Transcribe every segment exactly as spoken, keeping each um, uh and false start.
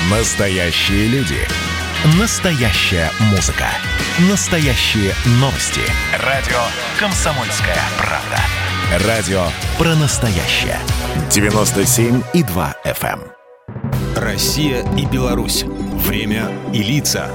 Настоящие люди. Настоящая музыка. Настоящие новости. Радио «Комсомольская правда». Радио про настоящее. девяносто семь и два эф эм. Россия и Беларусь. Время и лица.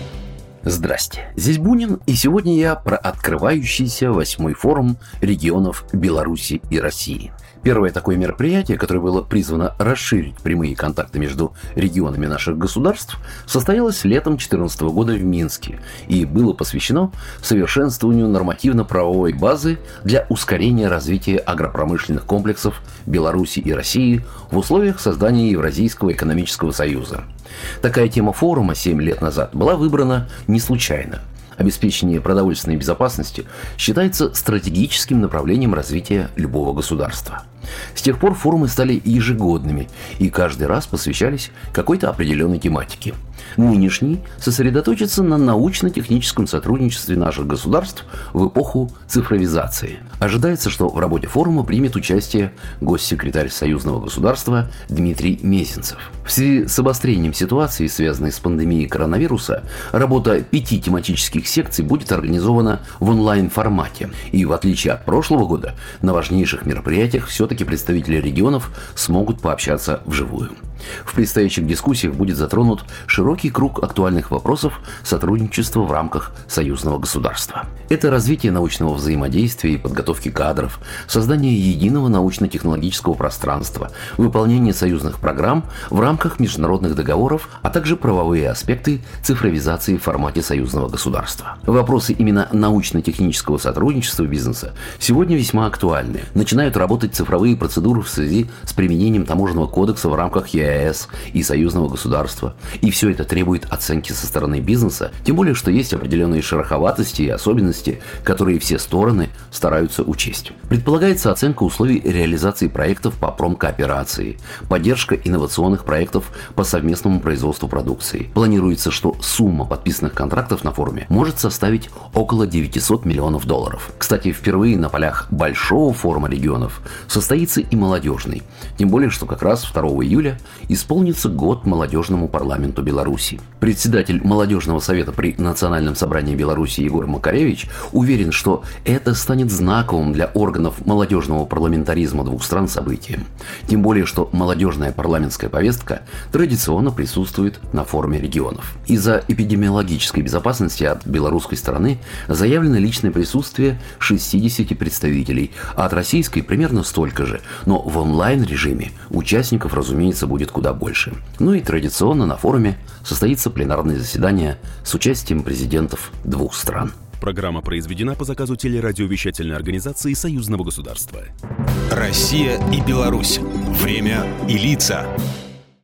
Здрасте, здесь Бунин, и сегодня я про открывающийся восьмой форум регионов Беларуси и России. Первое такое мероприятие, которое было призвано расширить прямые контакты между регионами наших государств, состоялось летом две тысячи четырнадцатого года в Минске и было посвящено совершенствованию нормативно-правовой базы для ускорения развития агропромышленных комплексов Беларуси и России в условиях создания Евразийского экономического союза. Такая тема форума семь лет назад была выбрана не случайно. Обеспечение продовольственной безопасности считается стратегическим направлением развития любого государства. С тех пор форумы стали ежегодными и каждый раз посвящались какой-то определенной тематике. Нынешний сосредоточится на научно-техническом сотрудничестве наших государств в эпоху цифровизации. Ожидается, что в работе форума примет участие госсекретарь союзного государства Дмитрий Мезенцев. В связи с обострением ситуации, связанной с пандемией коронавируса, работа пяти тематических секций будет организована в онлайн-формате. И в отличие от прошлого года, на важнейших мероприятиях все-таки представители регионов смогут пообщаться вживую. В предстоящих дискуссиях будет затронут широкий круг актуальных вопросов сотрудничества в рамках союзного государства. Это развитие научного взаимодействия и подготовки кадров, создание единого научно-технологического пространства, выполнение союзных программ в рамках международных договоров, а также правовые аспекты цифровизации в формате союзного государства. Вопросы именно научно-технического сотрудничества бизнеса сегодня весьма актуальны. Начинают работать цифровые процедуры в связи с применением таможенного кодекса в рамках е а эс и союзного государства. И все это требует оценки со стороны бизнеса, тем более, что есть определенные шероховатости и особенности, которые все стороны стараются учесть. Предполагается оценка условий реализации проектов по промкооперации, поддержка инновационных проектов по совместному производству продукции. Планируется, что сумма подписанных контрактов на форуме может составить около девятьсот миллионов долларов. Кстати, впервые на полях большого форума регионов состоится и молодежный. Тем более, что как раз второго июля исполнится год молодежному парламенту Беларуси. Председатель молодежного совета при Национальном собрании Беларуси Егор Макаревич уверен, что это станет знаковым для органов молодежного парламентаризма двух стран событием. Тем более, что молодежная парламентская повестка традиционно присутствует на форуме регионов. Из-за эпидемиологической безопасности от белорусской стороны заявлено личное присутствие шестидесяти представителей, а от российской примерно столько же, но в онлайн-режиме участников, разумеется, будет куда больше. Ну и традиционно на форуме состоится пленарное заседание с участием президентов двух стран. Программа произведена по заказу телерадиовещательной организации Союзного государства. Россия и Беларусь. Время и лица.